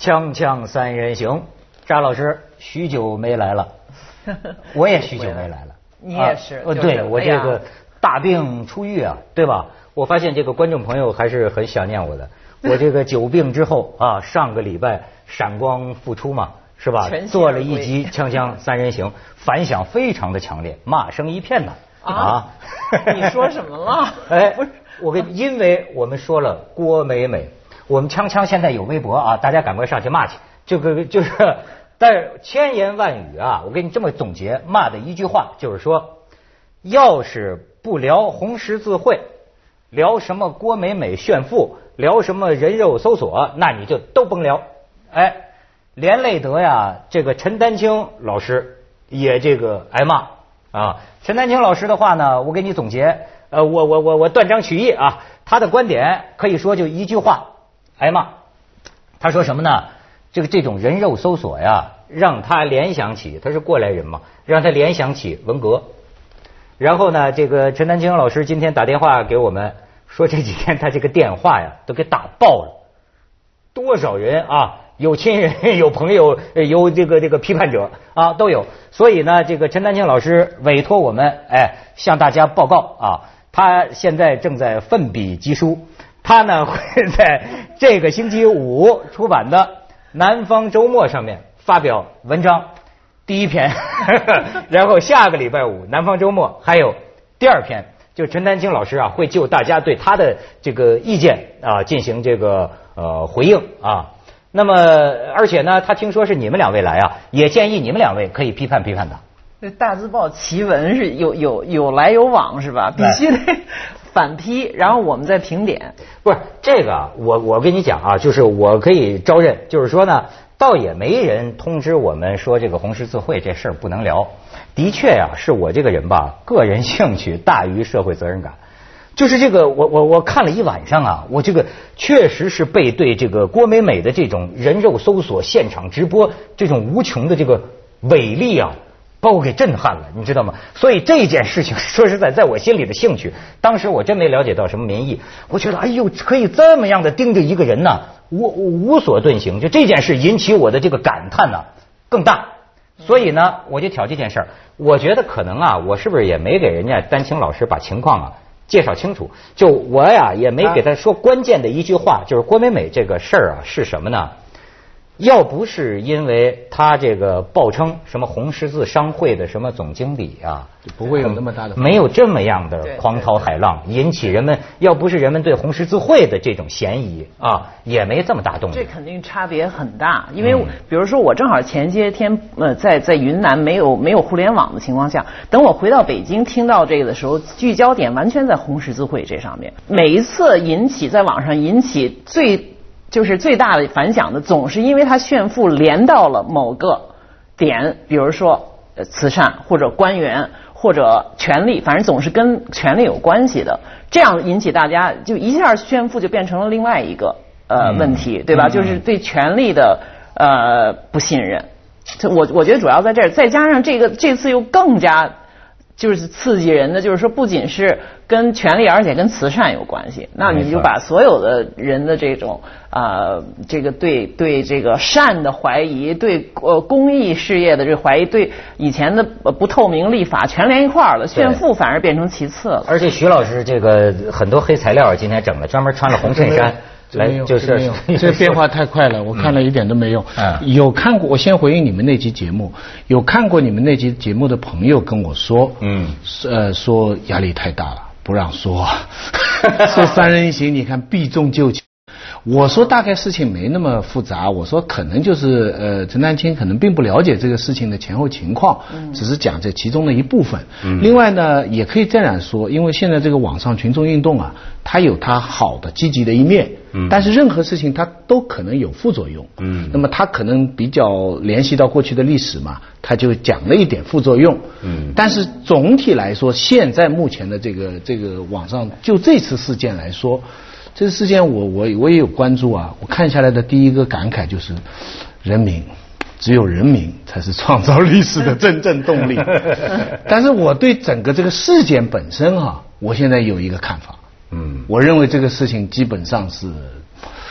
锵锵三人行，扎老师许久没来了，我也许久没来了。 你也是？ 对，我这个大病初愈啊，对吧？我发现这个观众朋友还是很想念我的。我这个久病之后啊，上个礼拜闪光复出嘛，是吧？做了一集《锵锵三人行》，反响非常的强烈，骂声一片呐。 啊！你说什么了？ 哎，不是，因为我们说了郭美美，我们锵锵现在有微博啊，大家赶快上去骂去。这个就是，但是千言万语啊，我给你这么总结骂的一句话，就是说，要是不聊红十字会，聊什么郭美美炫富，聊什么人肉搜索，那你就都甭聊。哎，连累得呀，这个陈丹青老师也这个挨骂啊。陈丹青老师的话呢，我给你总结，我断章取义啊，他的观点可以说就一句话，挨骂。他说什么呢？这种人肉搜索呀，让他联想起，他是过来人嘛，让他联想起文革。然后呢，这个陈丹青老师今天打电话给我们说，这几天他这个电话呀都给打爆了，多少人啊，有亲人有朋友有这个批判者啊都有。所以呢，这个陈丹青老师委托我们向大家报告啊，他现在正在奋笔疾书，他呢会在这个星期五出版的《南方周末》上面发表文章，第一篇然后下个礼拜五《南方周末》还有第二篇，就陈丹青老师啊会就大家对他的这个意见啊进行这个回应啊。那么而且呢，他听说是你们两位来啊，也建议你们两位可以批判批判他。 这大字报奇文是有来有往是吧？必须得反批，然后我们再评点。 不是这个，我跟你讲啊，就是我可以招认，就是说呢，倒也没人通知我们说这个红十字会这事儿不能聊。的确呀，是我这个人吧，个人兴趣大于社会责任感。就是这个，我看了一晚上啊，我这个确实是被对这个郭美美的这种人肉搜索现场直播这种无穷的这个伟力啊，把我给震撼了，你知道吗？所以这件事情说实在我心里的兴趣，当时我真没了解到什么民意，我觉得哎呦，可以这么样的盯着一个人呢，无所遁形，就这件事引起我的这个感叹呢更大。所以呢，我就挑这件事儿，我觉得可能啊，我是不是也没给人家丹青老师把情况啊介绍清楚？就我呀也没给他说关键的一句话，就是郭美美这个事儿啊是什么呢？要不是因为他这个报称什么红十字商会的什么总经理啊， 就不会有那么大的， 没有这么样的狂涛海浪引起人们，要不是人们对红十字会的这种嫌疑啊，也没这么大动静。 这肯定差别很大，因为比如说我正好前些天在云南没有互联网的情况下，等我回到北京听到这个的时候，聚焦点完全在红十字会这上面。每一次在网上引起最大的反响的，总是因为他炫富连到了某个点，比如说慈善或者官员或者权力，反正总是跟权力有关系的，这样引起大家就一下炫富就变成了另外一个问题，对吧？就是对权力的不信任。我觉得主要在这儿，再加上这次又更加就是刺激人的，就是说不仅是跟权力，而且跟慈善有关系。那你就把所有的人的这种这个对这个善的怀疑，对公益事业的这怀疑，对以前的不透明立法全连一块儿了，炫富反而变成其次了。而且徐老师这个很多黑材料今天整的，专门穿了红衬衫。来就是这变化太快了，我看了一点都没用。有看过，我先回应你们那期节目，有看过你们那期节目的朋友跟我说，说压力太大了，不让说，说三人行，你看避重就轻。我说大概事情没那么复杂，我说可能就是陈丹青可能并不了解这个事情的前后情况，只是讲这其中的一部分。另外呢，也可以这样说，因为现在这个网上群众运动啊，它有它好的积极的一面，但是任何事情它都可能有副作用。那么它可能比较联系到过去的历史嘛，它就讲了一点副作用。但是总体来说，现在目前的这个网上就这次事件来说。这个事件我也有关注啊，我看下来的第一个感慨就是人民，只有人民才是创造历史的真正动力。但是我对整个这个事件本身我现在有一个看法，我认为这个事情基本上是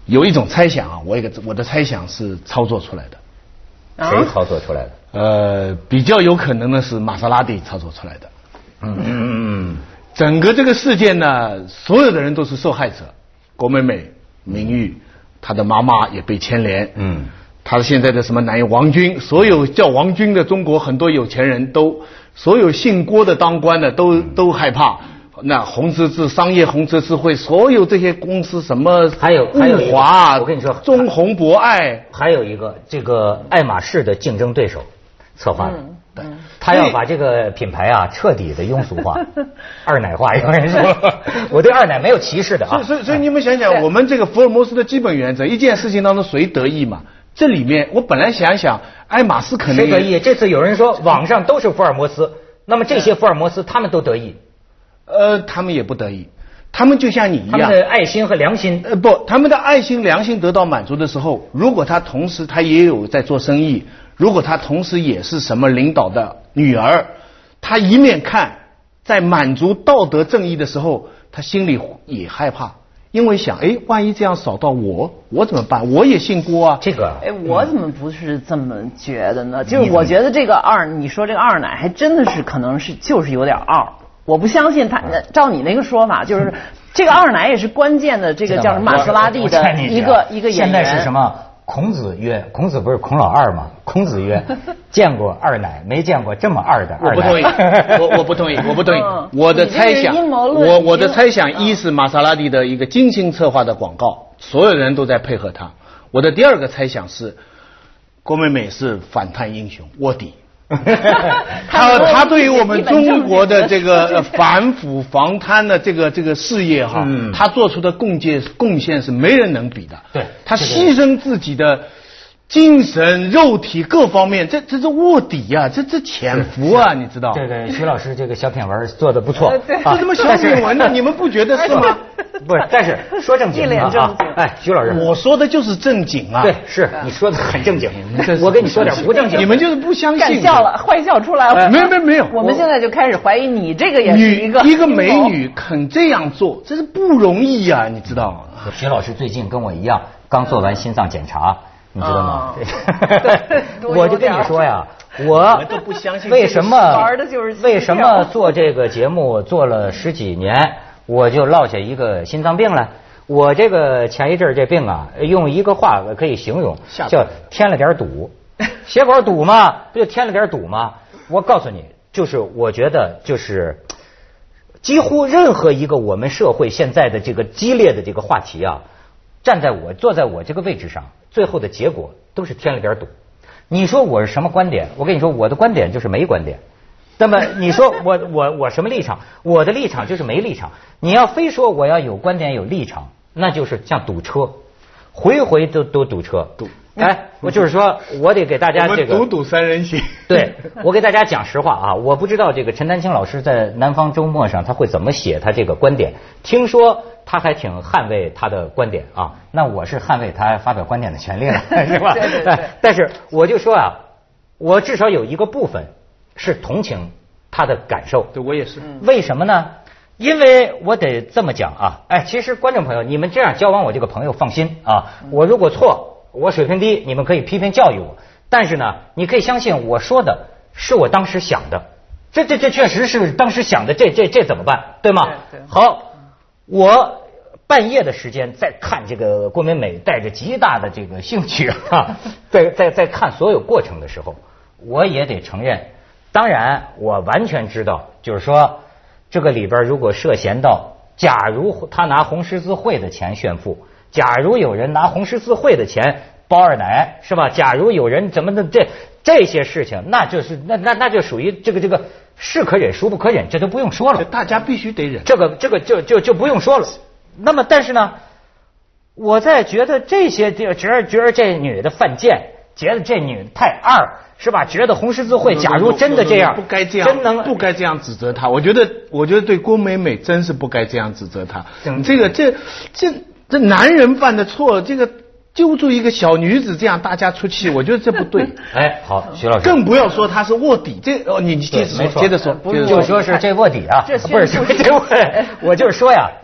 有一种猜想啊，我的猜想是操作出来的。 谁操作出来的？ 比较有可能的是玛莎拉蒂操作出来的。整个这个事件呢，所有的人都是受害者，郭美美、名誉，她的妈妈也被牵连。她现在的什么男友王军，所有叫王军的中国很多有钱人都，所有姓郭的当官的都害怕。那红十字商业红十字会，所有这些公司什么还有物华， 我跟你说， 中红博爱， 还有一个这个爱马仕的竞争对手策划的。他要把这个品牌啊彻底的庸俗化、二奶化。有人说，我对二奶没有歧视的啊。 所以你们想想，我们这个福尔摩斯的基本原则，一件事情当中谁得意嘛？这里面我本来想想，爱马仕可能谁得意？这次有人说网上都是福尔摩斯，那么这些福尔摩斯他们都得意？ 他们也不得意。他们就像你一样， 他们的爱心和良心不，他们的爱心良心得到满足的时候，如果他同时他也有在做生意，如果他同时也是什么领导的女儿，他一面看在满足道德正义的时候，他心里也害怕，因为想万一这样扫到我怎么办？我也姓郭啊。 这个我怎么不是这么觉得呢？就是我觉得这个你说这个二奶还真的是可能是就是有点二。我不相信他，照你那个说法，就是这个二奶也是关键的，这个叫什么玛莎拉蒂的一个演员。 现在是什么？孔子曰，孔子不是孔老二吗？孔子曰，见过二奶，没见过这么二的二奶。 我不同意，我不同意，我不同意。我的猜想，我的猜想，一是玛莎拉蒂的一个精心策划的广告，所有人都在配合他。我的第二个猜想是，郭美美是反贪英雄，卧底。他对于我们中国的这个反腐防贪的这个事业哈，他做出的贡献是没人能比的。 对， 他牺牲自己的精神、肉体各方面，这是卧底呀，这潜伏啊，你知道？ 这个徐老师这个小品文做的不错， 这他妈小品文呢，你们不觉得是吗？ 不是，但是说正经啊，徐老师， 我说的就是正经啊。 对，是你说的很正经。我跟你说点不正经， 你们就是不相信。 干笑了，坏笑出来了。 没有。 我们现在就开始怀疑你这个也是一个美女肯这样做，这是不容易呀，你知道吗？ 徐老师最近跟我一样，刚做完心脏检查。你知道吗？我就跟你说呀，我都不相信为什么做这个节目做了10几年，我就落下一个心脏病了。我这个前一阵这病啊，用一个话可以形容，叫添了点堵。血管堵嘛，不就添了点堵吗？我告诉你，就是我觉得就是几乎任何一个我们社会现在的这个激烈的这个话题啊，坐在我这个位置上，最后的结果都是添了点堵。你说我是什么观点？我跟你说，我的观点就是没观点。那么你说我什么立场？我的立场就是没立场。你要非说我要有观点有立场，那就是像堵车，回回都堵车。我就是说我得给大家这个堵三人行。 对，我给大家讲实话啊，我不知道这个陈丹青老师在南方周末上他会怎么写他这个观点。听说他还挺捍卫他的观点啊，那我是捍卫他发表观点的权利了，是吧？对。但是我就说啊，我至少有一个部分是同情他的感受。 对，我也是。 为什么呢？因为我得这么讲啊，其实观众朋友，你们这样交往我这个朋友放心啊，我如果错。我水平低，你们可以批评教育我，但是呢，你可以相信我说的是我当时想的，这确实是当时想的，这怎么办，对吗？对。好，我半夜的时间在看这个郭美美，带着极大的这个兴趣啊，在看所有过程的时候，我也得承认，当然我完全知道，就是说这个里边如果涉嫌到，假如他拿红十字会的钱炫富。假如有人拿红十字会的钱包二奶，是吧？假如有人怎么的这些事情，那就是那就属于这个是可忍孰不可忍，这都不用说了。 大家必须得忍。 这个就不用说了。那么但是呢，我在觉得这些觉得这女的犯贱，觉得这女的太二，是吧？觉得红十字会假如真的这样， 不该这样，不该这样指责她。我觉得对郭美美真是不该这样指责她。这男人犯的错，这个揪住一个小女子这样大家出气，我觉得这不对。 好，徐老师， 更不要说他是卧底。你接着说， 就说是这卧底啊，不是这，我就是说呀，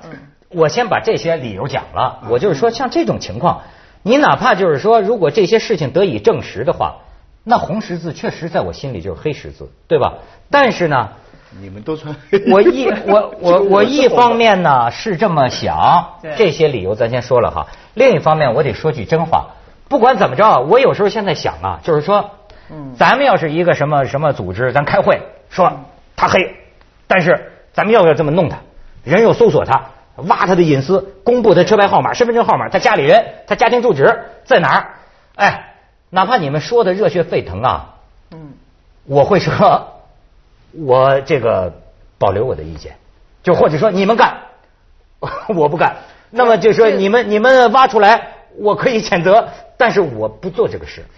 我先把这些理由讲了，我就是说像这种情况，你哪怕就是说如果这些事情得以证实的话，那红十字确实在我心里就是黑十字，对吧？但是呢， 你们都穿我一方面呢是这么想，这些理由咱先说了哈。另一方面我得说句真话，不管怎么着，我有时候现在想啊，就是说，咱们要是一个什么组织，咱开会说他黑，但是咱们要这么弄他，人肉搜索他，挖他的隐私，公布他车牌号码、身份证号码、他家里人、他家庭住址在哪儿，哎，哪怕你们说的热血沸腾啊，我会说。我这个保留我的意见，就或者说你们干，我不干。那么就说你们挖出来，我可以谴责，但是我不做这个事。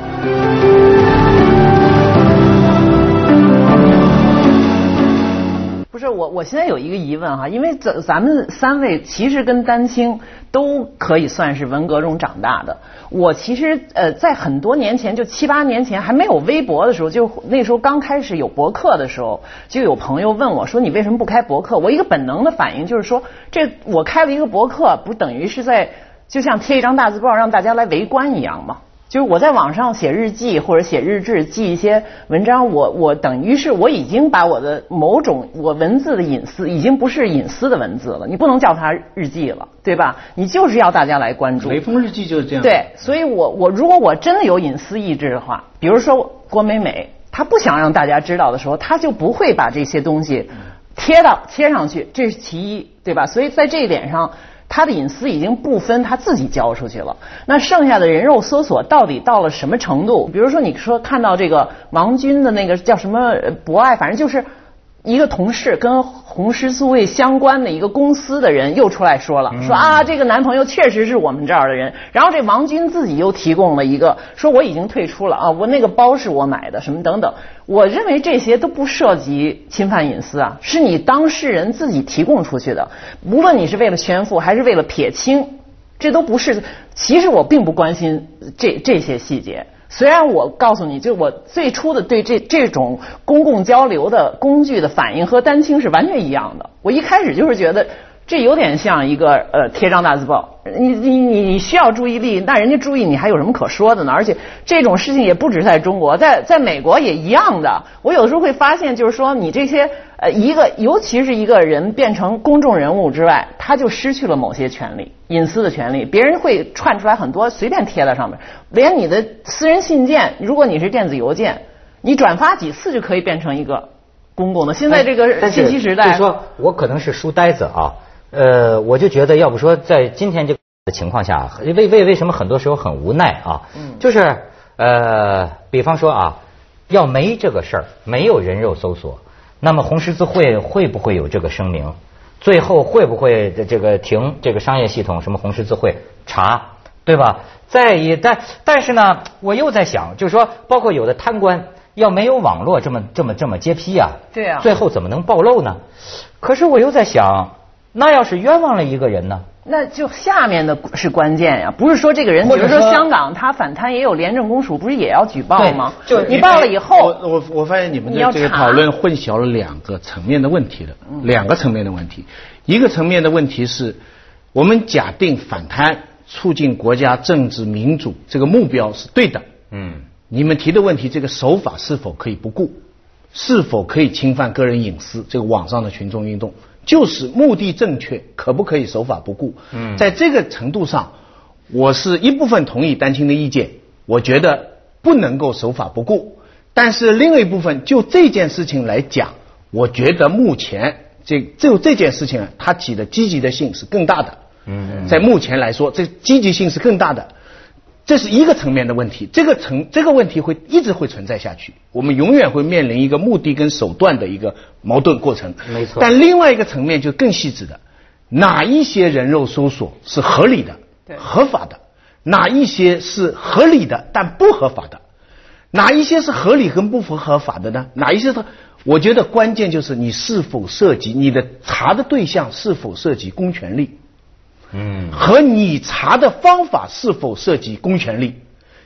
不是我现在有一个疑问哈，因为咱们三位其实跟丹青都可以算是文革中长大的。我其实在很多年前，就7、8年前还没有微博的时候，就那时候刚开始有博客的时候，就有朋友问我说：“你为什么不开博客？”我一个本能的反应就是说，这我开了一个博客，不等于是在就像贴一张大字报让大家来围观一样吗？就是我在网上写日记或者写日志，记一些文章，我等于是我已经把我的某种我文字的隐私已经不是隐私的文字了，你不能叫它日记了，对吧？你就是要大家来关注。 雷锋日记就是这样。 对，所以我如果我真的有隐私意志的话，比如说郭美美，她不想让大家知道的时候，她就不会把这些东西贴上去，这是其一，对吧？所以在这一点上。他的隐私已经不分他自己交出去了，那剩下的人肉搜索到底到了什么程度？比如说你说看到这个王军的那个叫什么博爱，反正就是一个同事跟红十字会相关的一个公司的人又出来说了，说啊这个男朋友确实是我们这儿的人，然后这王军自己又提供了一个说我已经退出了啊，我那个包是我买的什么等等。我认为这些都不涉及侵犯隐私啊，是你当事人自己提供出去的，无论你是为了炫富还是为了撇清，这都不是。其实我并不关心这些细节。虽然我告诉你，就我最初的对这种公共交流的工具的反应和丹青是完全一样的。我一开始就是觉得这有点像一个贴张大字报，你需要注意力，那人家注意你还有什么可说的呢？而且这种事情也不止在中国，在美国也一样的。我有的时候会发现，就是说你这些尤其是一个人变成公众人物之外，他就失去了某些权利，隐私的权利，别人会串出来很多，随便贴在上面，连你的私人信件，如果你是电子邮件，你转发几次就可以变成一个公共的。现在这个信息时代， 就是说我可能是书呆子啊。我就觉得，要不说在今天这个情况下，为什么很多时候很无奈啊？就是比方说啊，要没这个事儿，没有人肉搜索，那么红十字会会不会有这个声明？最后会不会这个停这个商业系统？什么红十字会查，对吧？但是呢，我又在想，就是说，包括有的贪官，要没有网络这么揭批啊， 对啊， 最后怎么能暴露呢？可是我又在想。那要是冤枉了一个人呢？ 那就下面的是关键呀，不是说这个人，比如说香港他反贪也有廉政公署，不是也要举报吗？就你报了以后， 我发现你们的这个讨论混淆了两个层面的问题了，两个层面的问题。一个层面的问题是，我们假定反贪促进国家政治民主这个目标是对的，你们提的问题，这个手法是否可以不顾，是否可以侵犯个人隐私？这个网上的群众运动。就是目的正确，可不可以守法不顾？在这个程度上，我是一部分同意丹青的意见，我觉得不能够守法不顾。但是另外一部分，就这件事情来讲，我觉得目前这件事情它起的积极的性是更大的。在目前来说，这积极性是更大的。这是一个层面的问题，这个问题一直会存在下去，我们永远会面临一个目的跟手段的一个矛盾过程。 没错。 但另外一个层面就更细致的，哪一些人肉搜索是合理的、合法的，哪一些是合理的但不合法的，哪一些是合理跟不合法的呢？哪一些是？我觉得关键就是你是否涉及你的查的对象是否涉及公权力。和你查的方法是否涉及公权力？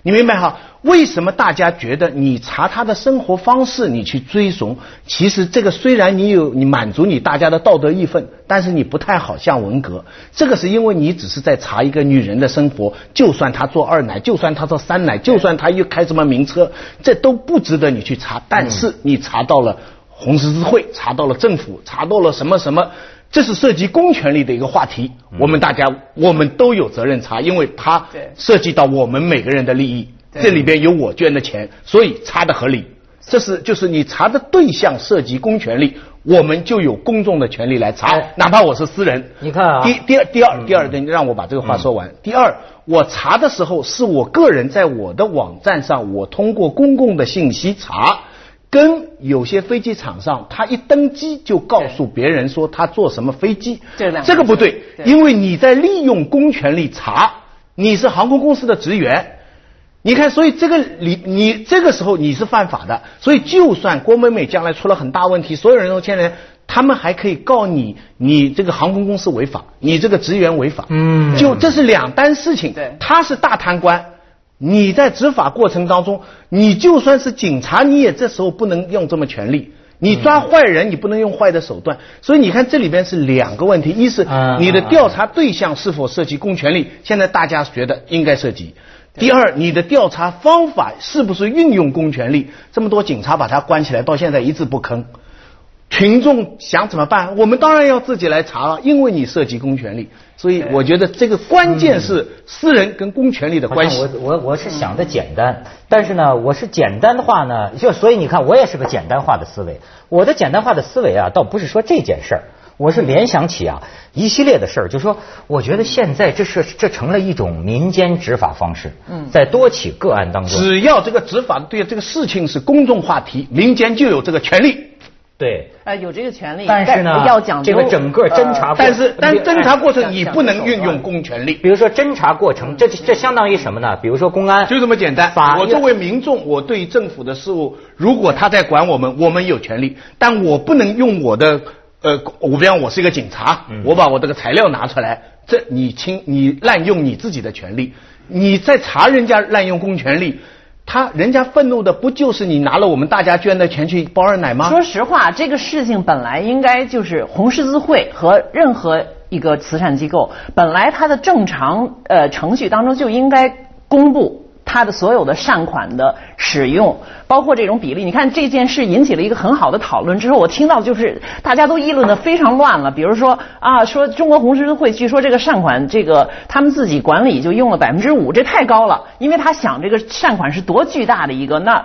你明白哈？为什么大家觉得你查他的生活方式，你去追踪？其实这个虽然你满足你大家的道德义愤，但是你不太好像文革。这个是因为你只是在查一个女人的生活，就算她做2奶，就算她做3奶，就算她又开什么名车，这都不值得你去查。但是你查到了红十字会，查到了政府，查到了什么什么。这是涉及公权力的一个话题，我们都有责任查，因为它涉及到我们每个人的利益，这里边有我捐的钱，所以查的合理。就是你查的对象涉及公权力，我们就有公众的权利来查，哪怕我是私人。 你看啊， 第二，让我把这个话说完。第二，我查的时候是我个人在我的网站上，我通过公共的信息查。跟有些飞机场上，他一登机就告诉别人说他坐什么飞机，这个不对，因为你在利用公权力查，你是航空公司的职员，你看，所以你这个时候你是犯法的，所以就算郭美美将来出了很大问题，所有人都牵连，他们还可以告你这个航空公司违法，你这个职员违法，就这是两单事情，他是大贪官。你在执法过程当中，你就算是警察，你也这时候不能用这么权力。你抓坏人，你不能用坏的手段。所以你看，这里边是两个问题：一是你的调查对象是否涉及公权力，现在大家觉得应该涉及；第二，你的调查方法是不是运用公权力？这么多警察把他关起来，到现在一字不吭。群众想怎么办？我们当然要自己来查了，因为你涉及公权力，所以我觉得这个关键是私人跟公权力的关系。 我是想的简单，但是呢，我是简单的话呢，所以你看，我也是个简单化的思维。我的简单化的思维啊，倒不是说这件事儿，我是联想起一系列的事儿，就说我觉得现在这成了一种民间执法方式，在多起个案当中， 只要这个执法对这个事情是公众话题，民间就有这个权利。 对， 有这个权利， 但是呢， 要讲究这个整个侦查过程， 但侦查过程你不能运用公权力。 比如说侦查过程，这相当于什么呢？比如说公安， 就这么简单。我作为民众，我对政府的事务，如果他在管我们有权利，但我不能用我的比方我是一个警察，我把我这个材料拿出来，这你滥用你自己的权利，你在查人家滥用公权力。人家愤怒的不就是你拿了我们大家捐的钱去包2奶吗？ 说实话，这个事情本来应该就是红十字会和任何一个慈善机构，本来它的正常程序当中就应该公布它的所有的善款的使用，包括这种比例。你看这件事引起了一个很好的讨论之后，我听到就是大家都议论的非常乱了。比如说说中国红十字会据说这个善款他们自己管理就用了5%，这太高了，因为他想这个善款是多巨大的一个，那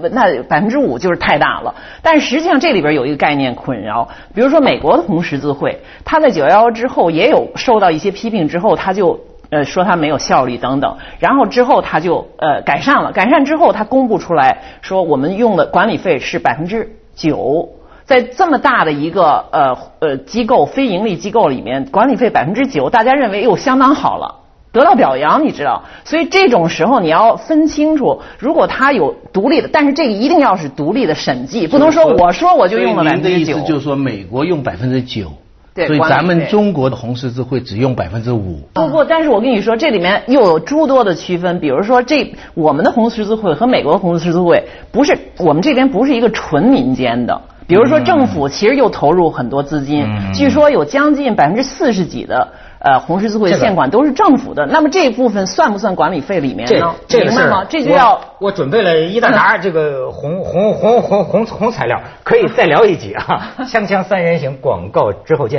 5%就是太大了。但实际上这里边有一个概念困扰，比如说美国的红十字会，他在911之后也有受到一些批评之后，他就说他没有效率等等，然后之后他就改善了，改善之后他公布出来说我们用的管理费是9%，在这么大的一个机构非盈利机构里面，管理费9%，大家认为相当好了，得到表扬，你知道。所以这种时候你要分清楚，如果他有独立的，但是这个一定要是独立的审计，不能说我就用了9%。 您的意思就是说美国用9%。所以咱们中国的红十字会只用5%。 不，但是我跟你说，这里面又有诸多的区分。比如说，我们的红十字会和美国的红十字会我们这边不是一个纯民间的。比如说，政府其实又投入很多资金，据说有将近40%几的红十字会现款都是政府的。那么这部分算不算管理费里面呢？明白吗？这就要我准备了一大沓这个红材料，可以再聊一集啊！锵锵三人行，广告之后见。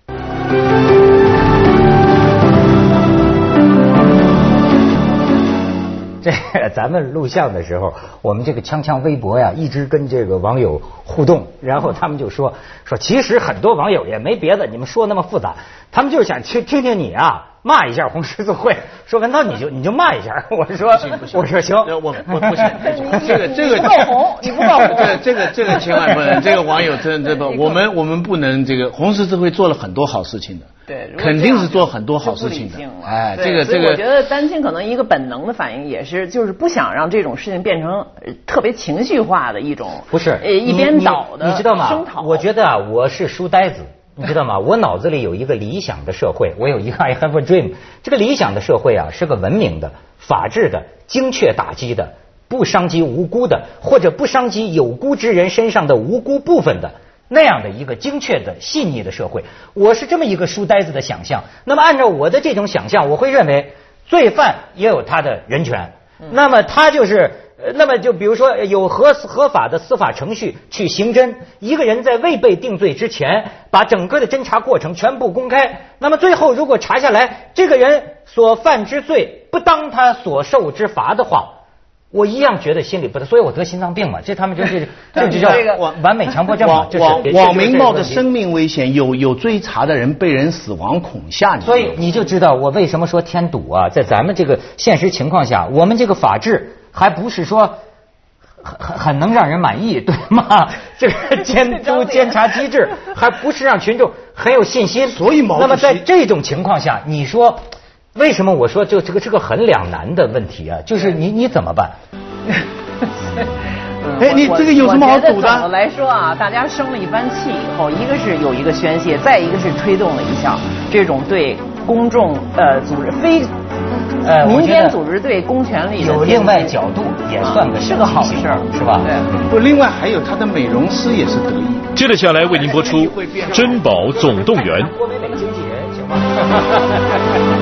咱们录像的时候，我们这个锵锵微博呀，一直跟这个网友互动，然后他们就说其实很多网友也没别的，你们说那么复杂，他们就是想听听你骂一下红十字会。说文涛你就骂一下，我说行， 我不行，这个不够红，你不够红， 这个千万不能，这个网友真的不，我们不能这个红十字会做了很多好事情的。 对， 肯定是做很多好事情的。这个我觉得丹青可能一个本能的反应也是，就是不想让这种事情变成特别情绪化的一种， 不是一边倒的， 你知道吗？我觉得我是书呆子， 你知道吗？我脑子里有一个理想的社会，我有一个 I have a dream。这个理想的社会啊，是个文明的、法治的、精确打击的、不伤及无辜的，或者不伤及有辜之人身上的无辜部分的那样的一个精确的、细腻的社会。我是这么一个书呆子的想象。那么按照我的这种想象，我会认为罪犯也有他的人权。那么他就是。那么就比如说有合法的司法程序去刑侦，一个人在未被定罪之前，把整个的侦查过程全部公开。那么最后如果查下来，这个人所犯之罪不当他所受之罚的话，我一样觉得心里不得，所以我得心脏病嘛。这他们这就叫完美强迫症嘛。 网民冒着生命危险，有追查的人被人死亡恐吓。 所以你就知道我为什么说添堵啊，在咱们这个现实情况下，我们这个法治还不是说很能让人满意，对吗？这个监察机制还不是让群众很有信心。 所以那么在这种情况下，你说为什么我说这个很两难的问题啊？就是你怎么办？ 哎，你这个有什么好赌的？ 总的来说啊，大家生了一番气以后，一个是有一个宣泄，再一个是推动了一下这种对公众组织民间组织对公权力的有另外角度也算是个好事， 是吧？ 对。 不，另外还有他的美容师也是得意。 接着下来为您播出《珍宝总动员》。 郭美美经纪人，行吗？